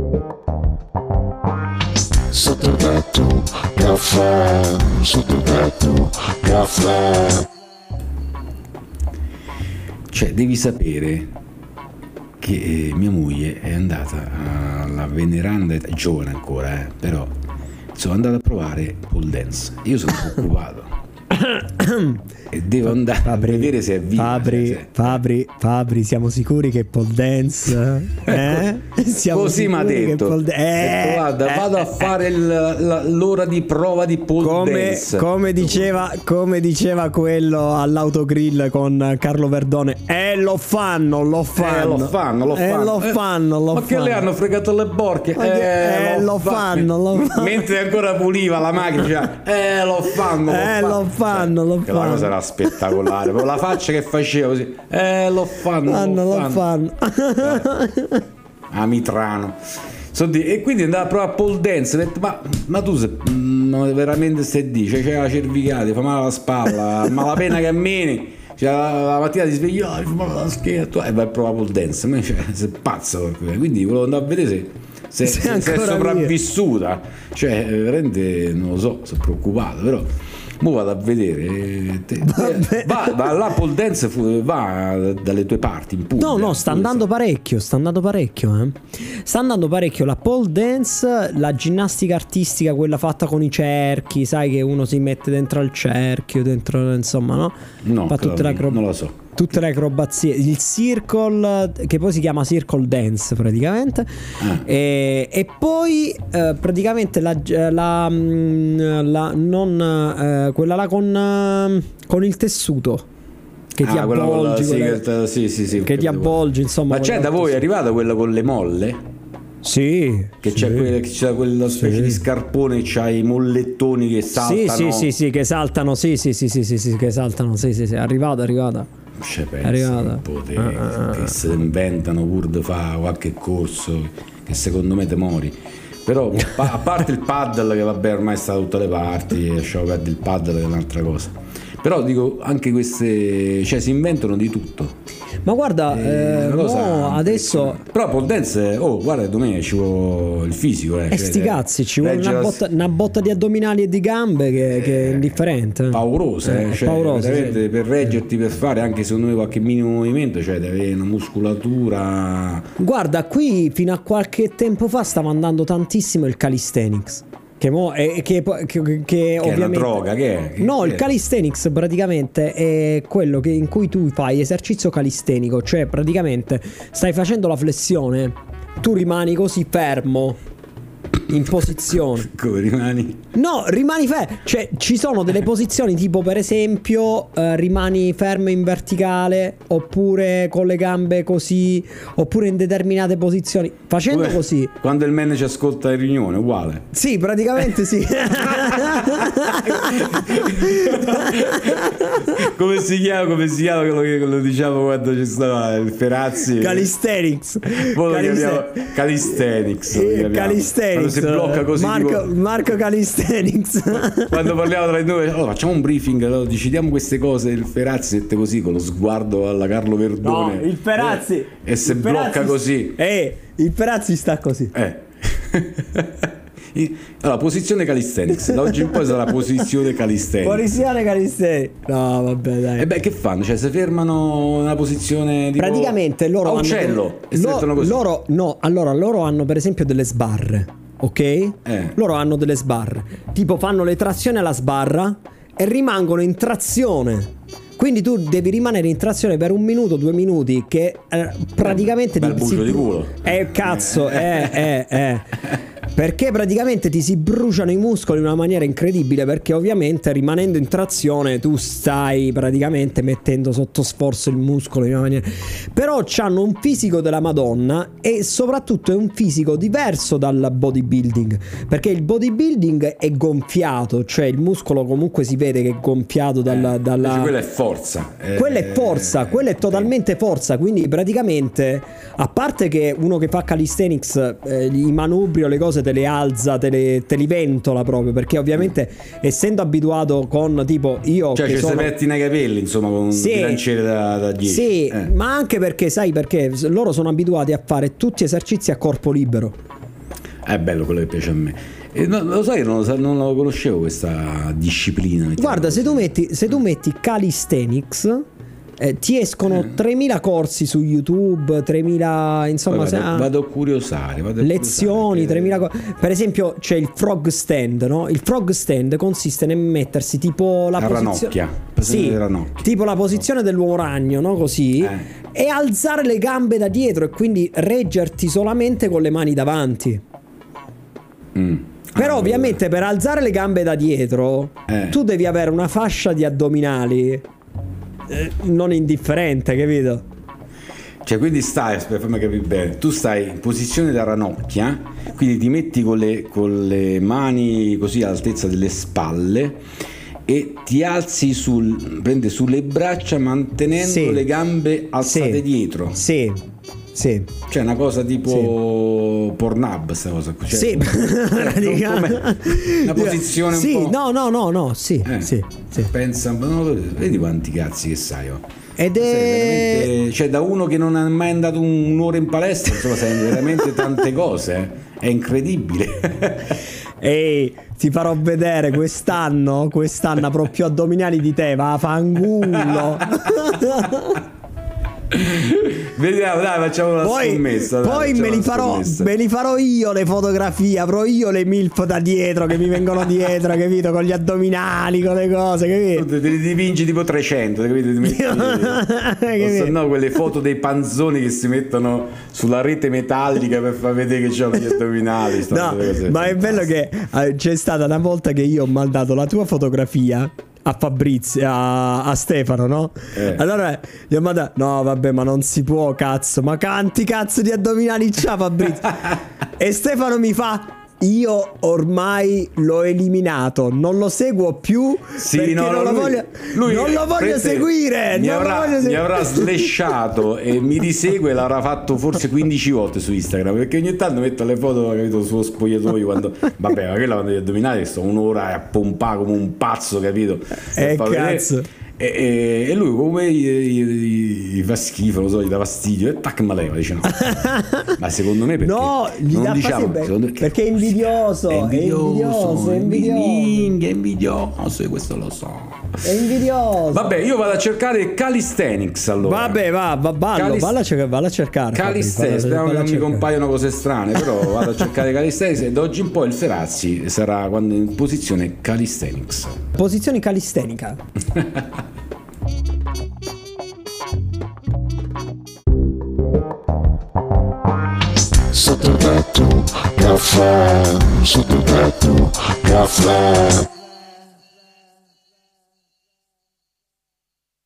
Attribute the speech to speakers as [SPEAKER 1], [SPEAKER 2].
[SPEAKER 1] Sottotetto caffè, sottotetto caffè.
[SPEAKER 2] Cioè, devi sapere che mia moglie è andata alla veneranda età, giovane ancora, però sono andata a provare pole dance. Io sono preoccupato e devo andare a vedere se è viva.
[SPEAKER 3] Fabri, siamo sicuri che pole dance? Siamo
[SPEAKER 2] così mi ha detto. Guarda, vado a fare l'ora di prova di pole dance.
[SPEAKER 3] Come diceva quello all'autogrill con Carlo Verdone. Lo fanno.
[SPEAKER 2] Ma che le hanno fregato le borche?
[SPEAKER 3] Lo fanno.
[SPEAKER 2] Mentre ancora puliva la macchina, lo fanno.
[SPEAKER 3] Che
[SPEAKER 2] la cosa era spettacolare, proprio la faccia che faceva così, lo fanno. A Mitrano. E quindi andava a provare a pole dance. Ho detto, ma tu veramente stai di? C'è la cervicale, fa male la spalla, malapena cammini. Cioè, la mattina ti svegli, fa male la schiena, e vai a provare pole dance. Ma sei pazzo. Quindi volevo andare a vedere se è sopravvissuta. Cioè, veramente non lo so, sono preoccupato, però. Mo vado a vedere. Va là, pole dance va dalle tue parti in Puglia.
[SPEAKER 3] No, sta andando parecchio. Sta andando parecchio la pole dance, la ginnastica artistica, quella fatta con i cerchi, sai che uno si mette dentro al cerchio, dentro, insomma, no?
[SPEAKER 2] No,
[SPEAKER 3] fa tutte
[SPEAKER 2] non lo so.
[SPEAKER 3] Tutte le acrobazie, il circle, che poi si chiama circle dance praticamente, e poi praticamente quella là con il tessuto che ti avvolgi, che ti avvolgi, insomma.
[SPEAKER 2] Ma c'è da voi è arrivata quella con le molle?
[SPEAKER 3] Sì,
[SPEAKER 2] c'è quella specie di scarpone, c'hai i mollettoni che saltano.
[SPEAKER 3] Sì, che saltano, che saltano, è arrivata.
[SPEAKER 2] C'è un po' che se inventano pur di fare qualche corso che secondo me te mori. Però a parte il paddle, che vabbè ormai sta da tutte le parti, lasciamo perdere il paddle, che è un'altra cosa. Però dico, anche queste, cioè si inventano di tutto.
[SPEAKER 3] Ma guarda, adesso.
[SPEAKER 2] Però pole dance, guarda, domenica ci vuole il fisico.
[SPEAKER 3] Sti cazzi, ci vuole una botta di addominali e di gambe che è indifferente.
[SPEAKER 2] Paurosa, veramente, per reggerti, per fare anche secondo me qualche minimo movimento, cioè devi avere una muscolatura.
[SPEAKER 3] Guarda, qui fino a qualche tempo fa stava andando tantissimo il calisthenics. Che ovviamente
[SPEAKER 2] è una droga, che è?
[SPEAKER 3] No, il calisthenics praticamente è quello in cui tu fai esercizio calistenico, cioè praticamente stai facendo la flessione, tu rimani così fermo in posizione.
[SPEAKER 2] Come rimani?
[SPEAKER 3] No, rimani fermo. Cioè, ci sono delle posizioni tipo, per esempio, rimani fermo in verticale, oppure con le gambe così, oppure in determinate posizioni. Facendo così.
[SPEAKER 2] Quando il manager ascolta in riunione, uguale.
[SPEAKER 3] Sì, praticamente sì.
[SPEAKER 2] Come si chiama quello che lo diciamo quando ci stava il Ferazzi?
[SPEAKER 3] Calisthenics.
[SPEAKER 2] Calisthenics.
[SPEAKER 3] Calisthenics.
[SPEAKER 2] Si blocca così,
[SPEAKER 3] Marco Calisthenics.
[SPEAKER 2] Quando parliamo tra i due, allora facciamo un briefing, allora decidiamo queste cose. Il Ferazzi mette così con lo sguardo alla Carlo Verdone.
[SPEAKER 3] No, il Ferazzi
[SPEAKER 2] e se blocca così.
[SPEAKER 3] Il Ferazzi sta così.
[SPEAKER 2] Allora, posizione calisthenics. Da oggi in poi sarà posizione calisthenics.
[SPEAKER 3] Posizione calisthenics. No, vabbè, dai.
[SPEAKER 2] E che fanno? Cioè, se fermano nella posizione tipo
[SPEAKER 3] praticamente loro
[SPEAKER 2] a uccello così.
[SPEAKER 3] Loro hanno per esempio delle sbarre. Ok? Loro hanno delle sbarre. Tipo fanno le trazioni alla sbarra e rimangono in trazione. Quindi tu devi rimanere in trazione per 1 minuto, 2 minuti, che praticamente
[SPEAKER 2] bel bucio di culo.
[SPEAKER 3] Cazzo, perché praticamente ti si bruciano i muscoli in una maniera incredibile, perché ovviamente rimanendo in trazione tu stai praticamente mettendo sotto sforzo il muscolo in una maniera. Però c'hanno un fisico della Madonna, e soprattutto è un fisico diverso dal bodybuilding, perché il bodybuilding è gonfiato, cioè il muscolo comunque si vede che è gonfiato dalla...
[SPEAKER 2] Quella è forza.
[SPEAKER 3] Quella è forza, quella è totalmente forza. Quindi praticamente, a parte che uno che fa calisthenics i manubrio, le cose te le alza, te li ventola proprio, perché ovviamente essendo abituato con tipo io,
[SPEAKER 2] cioè che se metti nei capelli insomma con un bilanciere da 10.
[SPEAKER 3] Sì, ma anche perché sai, perché loro sono abituati a fare tutti esercizi a corpo libero.
[SPEAKER 2] È bello quello che piace a me. E lo sai, non lo conoscevo questa disciplina.
[SPEAKER 3] Guarda, se tu metti calisthenics, ti escono 3000 corsi su YouTube, 3000, insomma,
[SPEAKER 2] vado a curiosare,
[SPEAKER 3] lezioni, 3000 per esempio c'è il frog stand, no? Il frog stand consiste nel mettersi tipo la
[SPEAKER 2] ranocchia,
[SPEAKER 3] tipo la posizione dell'uomo ragno, no? Così, e alzare le gambe da dietro e quindi reggerti solamente con le mani davanti. Però ovviamente per alzare le gambe da dietro tu devi avere una fascia di addominali non indifferente, capito?
[SPEAKER 2] Cioè, quindi stai, fammi capire bene, tu stai in posizione da ranocchia, quindi ti metti con le mani così all'altezza delle spalle e ti alzi prendi sulle braccia mantenendo le gambe alzate dietro. Sì. Cioè una cosa tipo Pornhub, sta cosa qui. Cioè, una posizione un po'.
[SPEAKER 3] No, sì.
[SPEAKER 2] Pensa, vedi quanti cazzi che sai, Ed è cioè, da uno che non ha mai andato un'ora in palestra, insomma, sai veramente tante cose, È incredibile.
[SPEAKER 3] Ehi, ti farò vedere quest'anno avrò più addominali di te, va a fanculo.
[SPEAKER 2] Vediamo, dai, facciamo una scommessa.
[SPEAKER 3] Poi me li farò io le fotografie, avrò io le milf da dietro che mi vengono dietro, capito? Con gli addominali, con le cose, capito?
[SPEAKER 2] Tu te li dipingi tipo 300, capito? No, quelle foto dei panzoni che si mettono sulla rete metallica per far vedere che c'hanno gli addominali.
[SPEAKER 3] No, ma è bello che c'è stata una volta che io ho mandato la tua fotografia a Fabrizio, a Stefano, no? Allora gli ho mandato, no vabbè, ma non si può, cazzo, ma quanti cazzo di addominali c'ha Fabrizio? E Stefano mi fa, io ormai l'ho eliminato, non lo seguo più, perché non lo voglio seguire.
[SPEAKER 2] Mi avrà slashato e mi risegue, l'avrà fatto forse 15 volte su Instagram, perché ogni tanto metto le foto, capito, sullo spogliatoio quando vabbè, ma quella quando gli addominali sto un'ora a pompare come un pazzo, capito?
[SPEAKER 3] Cazzo.
[SPEAKER 2] E lui come gli fa schifo, lo so, gli dà fastidio e tac, ma leva, dice no. Ma secondo me perché
[SPEAKER 3] no, gli dà fastidio perché è invidioso. È
[SPEAKER 2] invidioso, questo lo so.
[SPEAKER 3] È invidioso.
[SPEAKER 2] Vabbè, io vado a cercare calisthenics allora.
[SPEAKER 3] Vabbè, valla a cercare.
[SPEAKER 2] Calisthenics, speriamo che non mi compaiono cose strane, però vado a cercare calisthenics e da oggi in poi il Ferazzi sarà quando in posizione calisthenics.
[SPEAKER 3] Posizione calistenica.
[SPEAKER 1] Sotto tetto, caffè, sotto tetto, caffè.